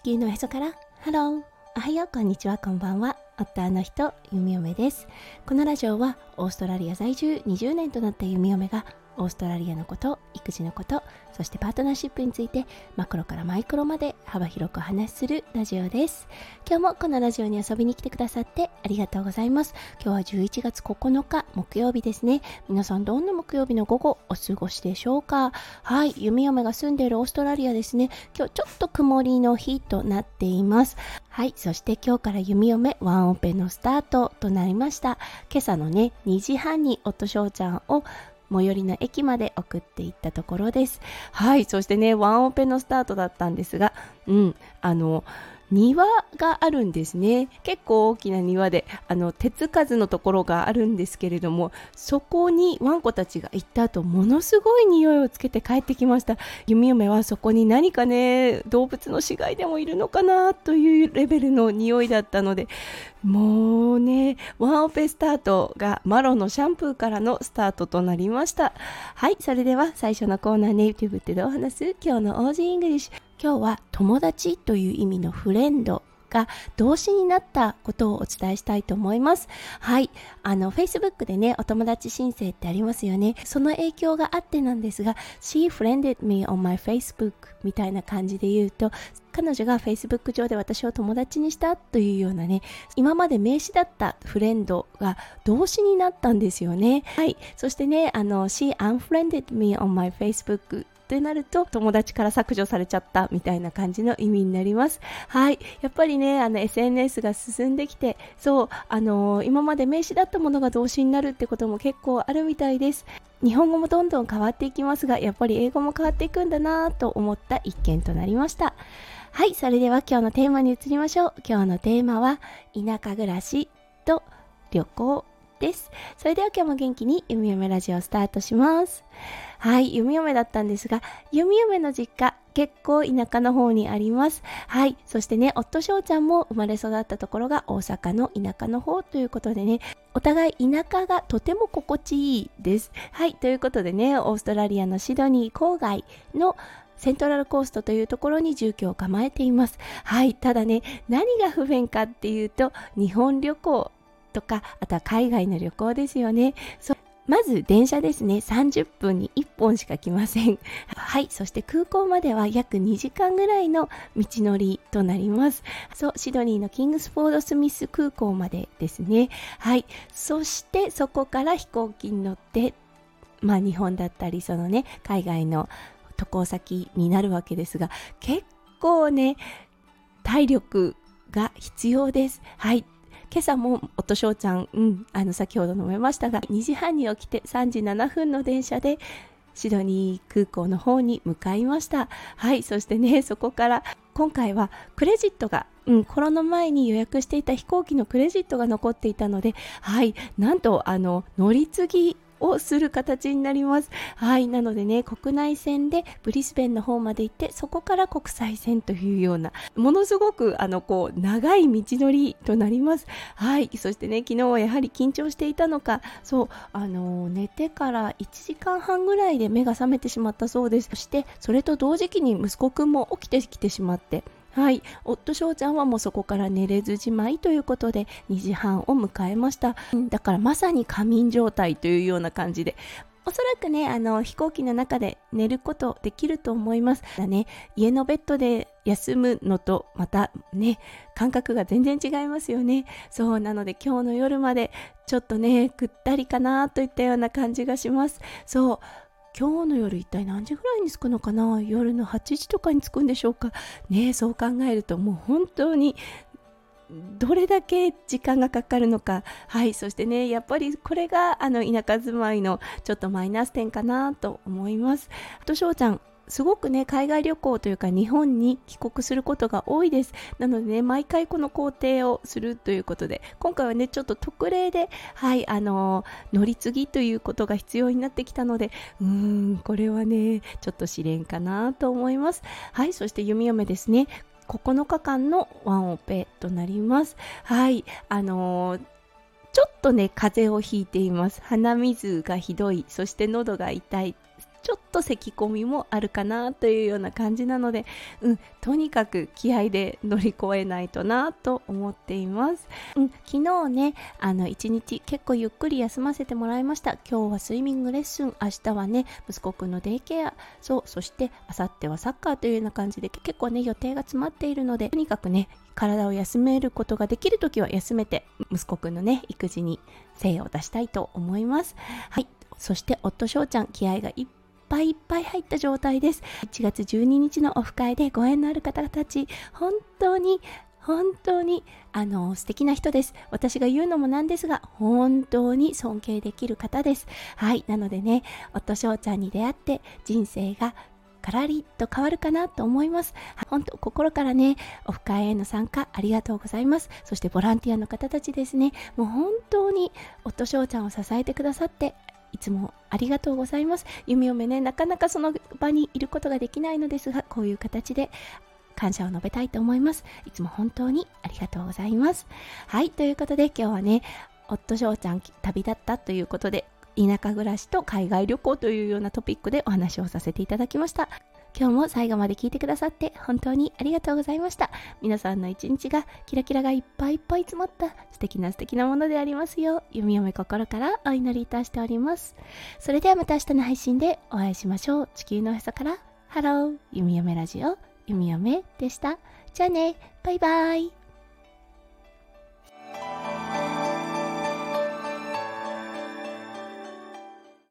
球のへそからハロー、おはよう、こんにちは、こんばんは。夫の人、弓嫁です。このラジオはオーストラリア在住20年となった弓嫁がオーストラリアのこと、育児のこと、そしてパートナーシップについてマクロからマイクロまで幅広くお話しするラジオです。今日もこのラジオに遊びに来てくださってありがとうございます。今日は11月9日木曜日ですね。皆さんどんな木曜日の午後お過ごしでしょうか？はい、弓嫁が住んでいるオーストラリアですね。今日ちょっと曇りの日となっています。はい、そして今日から弓嫁ワンオペのスタートとなりました。今朝のね2時半に夫翔ちゃんを最寄りの駅まで送っていったところです。はい、そしてねワンオペのスタートだったんですが、庭があるんですね。結構大きな庭で手つかずのところがあるんですけれども、そこにワンコたちが行った後ものすごい匂いをつけて帰ってきました。弓嫁はそこに何かね動物の死骸でもいるのかなというレベルの匂いだったので、もうねワンオペスタートがマロのシャンプーからのスタートとなりました。はい、それでは最初のコーナー、ネイティブってどう話す？今日のオージーイングリッシュ。今日は友達という意味のフレンドが動詞になったことをお伝えしたいと思います。はい、Facebook でねお友達申請ってありますよね。その影響があってなんですが、 She friended me on my Facebook みたいな感じで言うと、彼女が Facebook 上で私を友達にしたというようなね、今まで名詞だったフレンドが動詞になったんですよね。はい、そしてねShe unfriended me on my Facebookってなると友達から削除されちゃったみたいな感じの意味になります。はい、やっぱりねSNS が進んできて、そう今まで名詞だったものが動詞になるってことも結構あるみたいです。日本語もどんどん変わっていきますが、やっぱり英語も変わっていくんだなと思った一件となりました。はい、それでは今日のテーマに移りましょう。今日のテーマは田舎暮らしと旅行です。それでは今日も元気に弓嫁ラジオをスタートします。はい、弓嫁だったんですが、弓嫁の実家結構田舎の方にあります。はい、そしてね夫翔ちゃんも生まれ育ったところが大阪の田舎の方ということでね、お互い田舎がとても心地いいです。はい、ということでねオーストラリアのシドニー郊外のセントラルコーストというところに住居を構えています。はい、ただね何が不便かっていうと、日本旅行とかあとは海外の旅行ですよね。まず電車ですね、30分に1本しか来ません。はい、そして空港までは約2時間ぐらいの道のりとなります。そう、シドニーのキングスフォードスミス空港までですね。はい、そしてそこから飛行機に乗って日本だったりそのね海外の渡航先になるわけですが、結構ね体力が必要です。はい、今朝も夫翔ちゃん、先ほど述べましたが2時半に起きて3時7分の電車でシドニー空港の方に向かいました。はい、そしてねそこから今回はクレジットが、コロナ前に予約していた飛行機のクレジットが残っていたので、はい、なんと乗り継ぎをする形になります。はい、なのでね国内線でブリスベンの方まで行って、そこから国際線というようなものすごく長い道のりとなります。はい、そしてね昨日はやはり緊張していたのか、そう寝てから1時間半ぐらいで目が覚めてしまったそうです。そしてそれと同時期に息子くんも起きてきてしまって、はい、夫翔ちゃんはもうそこから寝れずじまいということで2時半を迎えました。だからまさに仮眠状態というような感じで、おそらくね飛行機の中で寝ることできると思います。家のベッドで休むのとまたね感覚が全然違いますよね。そうなので今日の夜までちょっとねぐったりかなといったような感じがします。そう、今日の夜一体何時ぐらいに着くのかな。夜の8時とかに着くんでしょうかね。そう考えるともう本当にどれだけ時間がかかるのか。はい、そしてねやっぱりこれが田舎住まいのちょっとマイナス点かなと思います。あと翔ちゃんすごくね海外旅行というか日本に帰国することが多いです。なのでね毎回この工程をするということで、今回はねちょっと特例ではい乗り継ぎということが必要になってきたので、これはねちょっと試練かなと思います。はい、そして弓嫁ですね9日間のワンオペとなります。はい、ちょっとね風邪をひいています。鼻水がひどい、そして喉が痛いちょっと咳込みもあるかなというような感じなので、とにかく気合で乗り越えないとなと思っています。昨日ね、一日結構ゆっくり休ませてもらいました。今日はスイミングレッスン、明日はね息子くんのデイケア、そして明後日はサッカーというような感じで結構ね予定が詰まっているので、とにかくね体を休めることができるときは休めて、息子くんのね育児に精を出したいと思います。はい、そして夫翔ちゃん、気合がいっぱい入った状態です。1月12日のオフ会でご縁のある方たち、本当に素敵な人です。私が言うのもなんですが、本当に尊敬できる方です。はい、なのでね、夫翔ちゃんに出会って人生がガラリと変わるかなと思います。本当心からね、オフ会への参加ありがとうございます。そしてボランティアの方たちですね、もう本当に夫翔ちゃんを支えてくださっていつもありがとうございます。弓嫁ね、なかなかその場にいることができないのですが、こういう形で感謝を述べたいと思います。いつも本当にありがとうございます。はい、ということで今日はね、夫翔ちゃん旅立ったということで、田舎暮らしと海外旅行というようなトピックでお話をさせていただきました。今日も最後まで聞いてくださって本当にありがとうございました。皆さんの一日がキラキラがいっぱい詰まった素敵なものでありますよう、弓嫁心からお祈りいたしております。それではまた明日の配信でお会いしましょう。地球のへそからハロー、弓嫁ラジオ、弓嫁でした。じゃあね、バイバイ。